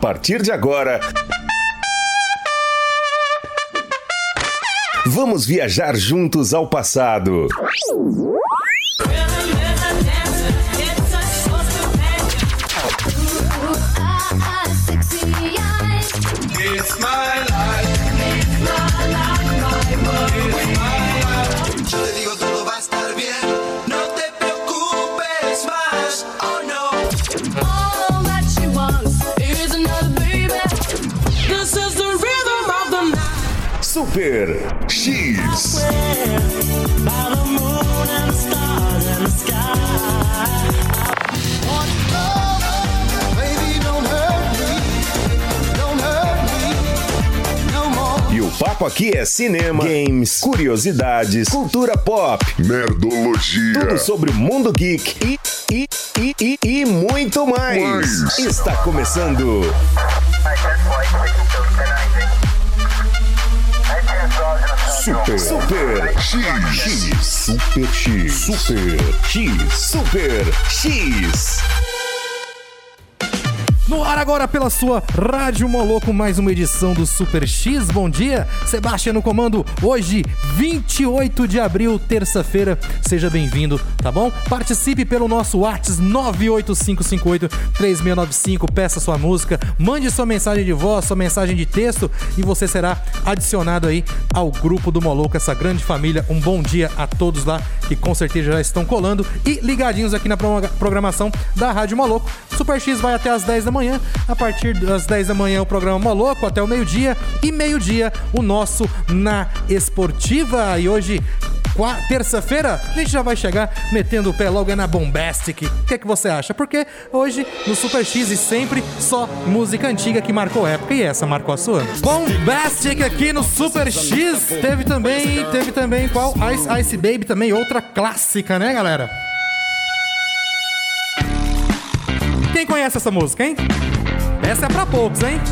partir de agora, vamos viajar juntos ao passado. Super X. E o papo aqui é cinema, games, curiosidades, cultura pop, nerdologia, tudo sobre o mundo geek e muito mais. Está começando Super X. No ar agora pela sua Rádio Moloco, mais uma edição do Super X. Bom dia, Sebastião no comando. Hoje, 28 de abril, terça-feira. Seja bem-vindo, tá bom? Participe pelo nosso WhatsApp 985583695. Peça sua música, mande sua mensagem de voz, sua mensagem de texto e você será adicionado aí ao grupo do Moloco, essa grande família. Um bom dia a todos lá que com certeza já estão colando e ligadinhos aqui na programação da Rádio Moloco. Super X vai até às 10 da manhã. A partir das 10 da manhã o programa Moloco até o meio-dia. E meio-dia o nosso Na Esportiva. E hoje, terça-feira, a gente já vai chegar metendo o pé logo na Bombastic. O que é que você acha? Porque hoje no Super X e sempre só música antiga que marcou época. E essa marcou a sua? Bombastic aqui no Super X. Teve também qual? Ice Baby também, outra clássica, né, galera? Quem conhece essa música, hein? Essa é pra poucos, hein?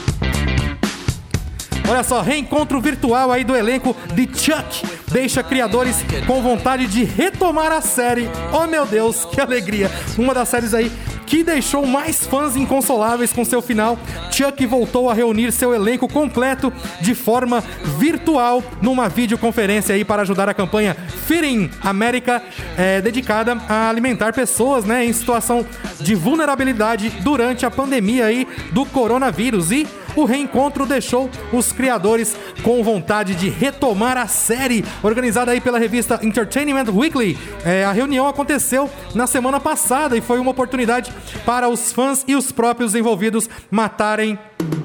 Olha só, reencontro virtual aí do elenco de Chuck deixa criadores com vontade de retomar a série. Oh, meu Deus, que alegria! Uma das séries aí que deixou mais fãs inconsoláveis com seu final. Chuck voltou a reunir seu elenco completo de forma virtual numa videoconferência aí para ajudar a campanha Feeding America, dedicada a alimentar pessoas, né, em situação de vulnerabilidade durante a pandemia aí do coronavírus. E o reencontro deixou os criadores com vontade de retomar a série, organizada aí pela revista Entertainment Weekly. A reunião aconteceu na semana passada e foi uma oportunidade para os fãs e os próprios envolvidos matarem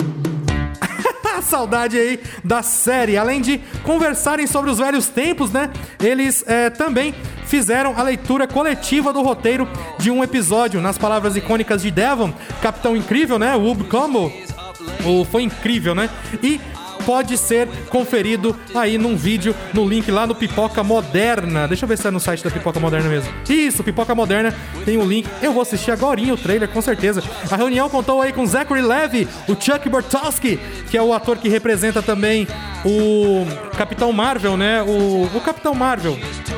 a saudade aí da série. Além de conversarem sobre os velhos tempos, né? Eles também fizeram a leitura coletiva do roteiro de um episódio, nas palavras icônicas de Devon, Capitão Incrível, né? O Wub Combo. Foi incrível, né? E pode ser conferido aí num vídeo, no link lá no Pipoca Moderna. Deixa eu ver se é no site da Pipoca Moderna mesmo. Isso, Pipoca Moderna, tem o link. Eu vou assistir agorinha o trailer, com certeza. A reunião contou aí com Zachary Levi, o Chuck Bartowski, que é o ator que representa também o Capitão Marvel, né? O Capitão Marvel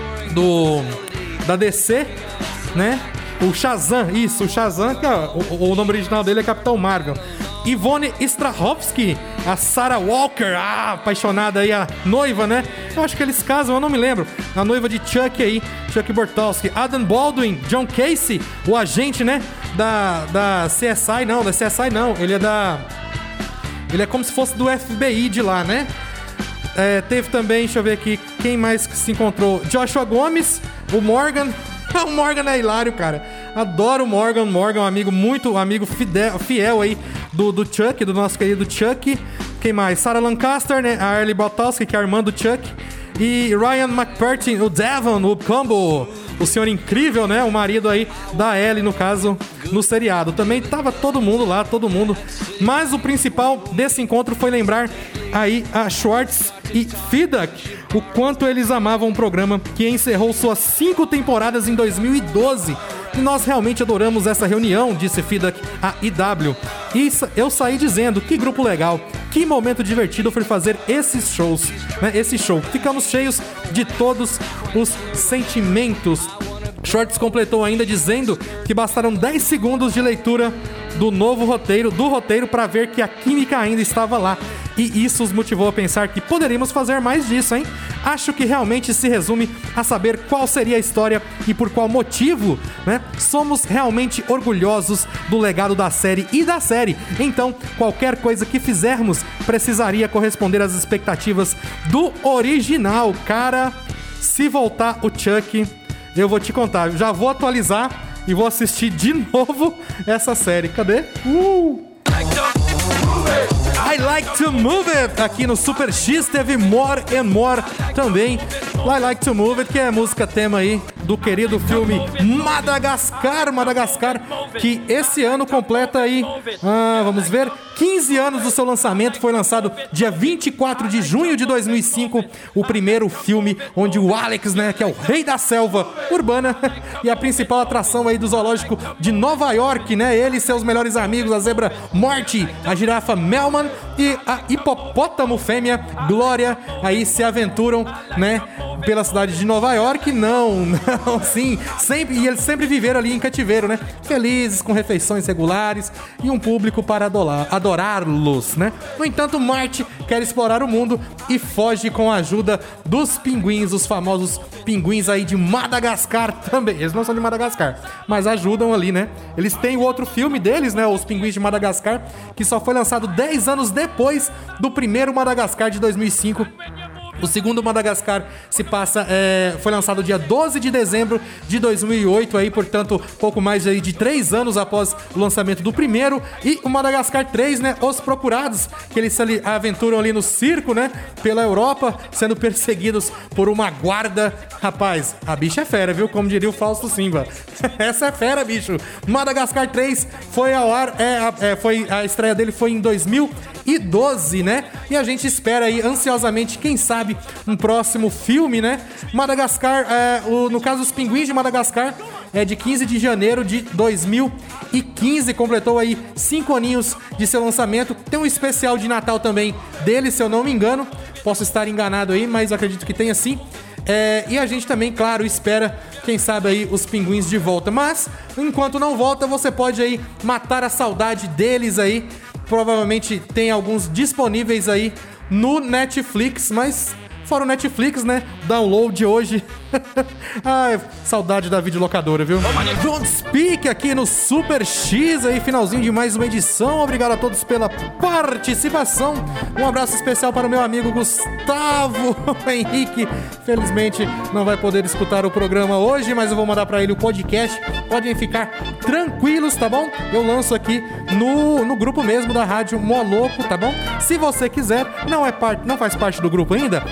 da DC, né? O Shazam, isso, o Shazam, que o nome original dele é Capitão Marvel. Ivone Strahovski, a Sarah Walker, apaixonada aí, a noiva, né? Eu acho que eles casam, eu não me lembro. A noiva de Chuck aí, Chuck Bartowski. Adam Baldwin, John Casey, o agente, né? Da CSI, não, da CSI não. Ele é como se fosse do FBI de lá, né? Teve também, deixa eu ver aqui, quem mais que se encontrou? Joshua Gomes, o Morgan. O Morgan é hilário, cara. Adoro o Morgan. Morgan é um amigo fiel aí do Chuck, do nosso querido Chuck. Quem mais? Sarah Lancaster, né? A Arlie Bartowski, que é a irmã do Chuck. E Ryan McPherson, o Devon, o Combo, o senhor incrível, né? O marido aí da Ellie, no caso, no seriado. Também tava todo mundo lá, todo mundo. Mas o principal desse encontro foi lembrar aí a Schwartz e Fidak, o quanto eles amavam o programa que encerrou suas 5 temporadas em 2012. E nós realmente adoramos essa reunião, disse Fidak a IW. E eu saí dizendo, que grupo legal, que momento divertido foi fazer esses shows, né? Esse show. Ficamos cheios de todos os sentimentos. Schwartz completou ainda dizendo que bastaram 10 segundos de leitura do roteiro para ver que a química ainda estava lá. E isso os motivou a pensar que poderíamos fazer mais disso, hein? Acho que realmente se resume a saber qual seria a história e por qual motivo, né? Somos realmente orgulhosos do legado da série e da série. Então, qualquer coisa que fizermos precisaria corresponder às expectativas do original. Cara, se voltar o Chuck, eu vou te contar. Eu já vou atualizar e vou assistir de novo essa série. Cadê? I Like to Move It, aqui no Super X. Teve More and More também. I Like to Move It, que é a música tema aí do querido filme Madagascar, que esse ano completa aí, vamos ver, 15 anos do seu lançamento. Foi lançado dia 24 de junho de 2005, o primeiro filme onde o Alex, né, que é o rei da selva urbana e a principal atração aí do zoológico de Nova York, né, ele e seus melhores amigos, a zebra Morty, a girafa Melman e a hipopótamo fêmea Glória, aí se aventuram, né, pela cidade de Nova York. Sim, sempre, e eles sempre viveram ali em cativeiro, né, felizes, com refeições regulares e um público para adorá-los, né. No entanto, Marty quer explorar o mundo e foge com a ajuda dos pinguins, os famosos pinguins aí de Madagascar também. Eles não são de Madagascar, mas ajudam ali, né. Eles têm o outro filme deles, né, os Pinguins de Madagascar, que só foi lançado 10 anos depois do primeiro Madagascar de 2005. O segundo Madagascar foi lançado dia 12 de dezembro de 2008, aí, portanto, pouco mais aí de 3 anos após o lançamento do primeiro. E o Madagascar 3, né, Os Procurados, que eles se aventuram ali no circo, né, pela Europa, sendo perseguidos por uma guarda. Rapaz, a bicha é fera, viu? Como diria o Fausto Simba. Essa é fera, bicho. Madagascar 3 foi ao ar, a estreia dele foi em 2012, né? E a gente espera aí ansiosamente, quem sabe, um próximo filme, né? Madagascar, no caso, Os Pinguins de Madagascar, é de 15 de janeiro de 2015, completou aí 5 aninhos de seu lançamento. Tem um especial de Natal também dele, se eu não me engano. Posso estar enganado aí, mas acredito que tenha sim. E a gente também, claro, espera, quem sabe aí, os pinguins de volta. Mas, enquanto não volta, você pode aí matar a saudade deles aí. Provavelmente tem alguns disponíveis aí no Netflix, mas fora o Netflix, né? Download hoje. Ai, saudade da videolocadora, viu? Don't Speak aqui no Super X aí, finalzinho de mais uma edição. Obrigado a todos pela participação. Um abraço especial para o meu amigo Gustavo Henrique. Felizmente não vai poder escutar o programa hoje, mas eu vou mandar para ele o podcast. Podem ficar tranquilos, tá bom? Eu lanço aqui no grupo mesmo da Rádio Moloco, tá bom? Se você quiser, não faz parte do grupo ainda,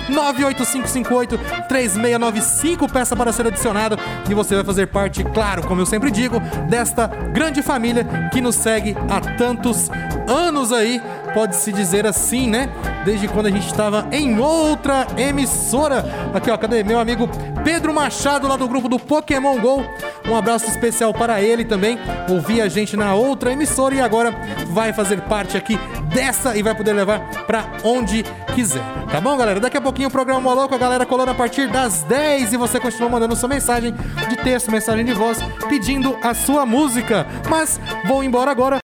98558-3695, peça para ser adicionado e você vai fazer parte, claro, como eu sempre digo, desta grande família que nos segue há tantos anos aí, pode-se dizer assim, né? Desde quando a gente estava em outra emissora. Aqui, ó, cadê? Meu amigo Pedro Machado, lá do grupo do Pokémon GO. Um abraço especial para ele também. Ouvia a gente na outra emissora e agora vai fazer parte aqui dessa e vai poder levar pra onde quiser. Tá bom, galera? Daqui a pouquinho o programa Moloco, a galera colando a partir das 10 e você continua mandando sua mensagem de texto, mensagem de voz, pedindo a sua música. Mas vou embora agora.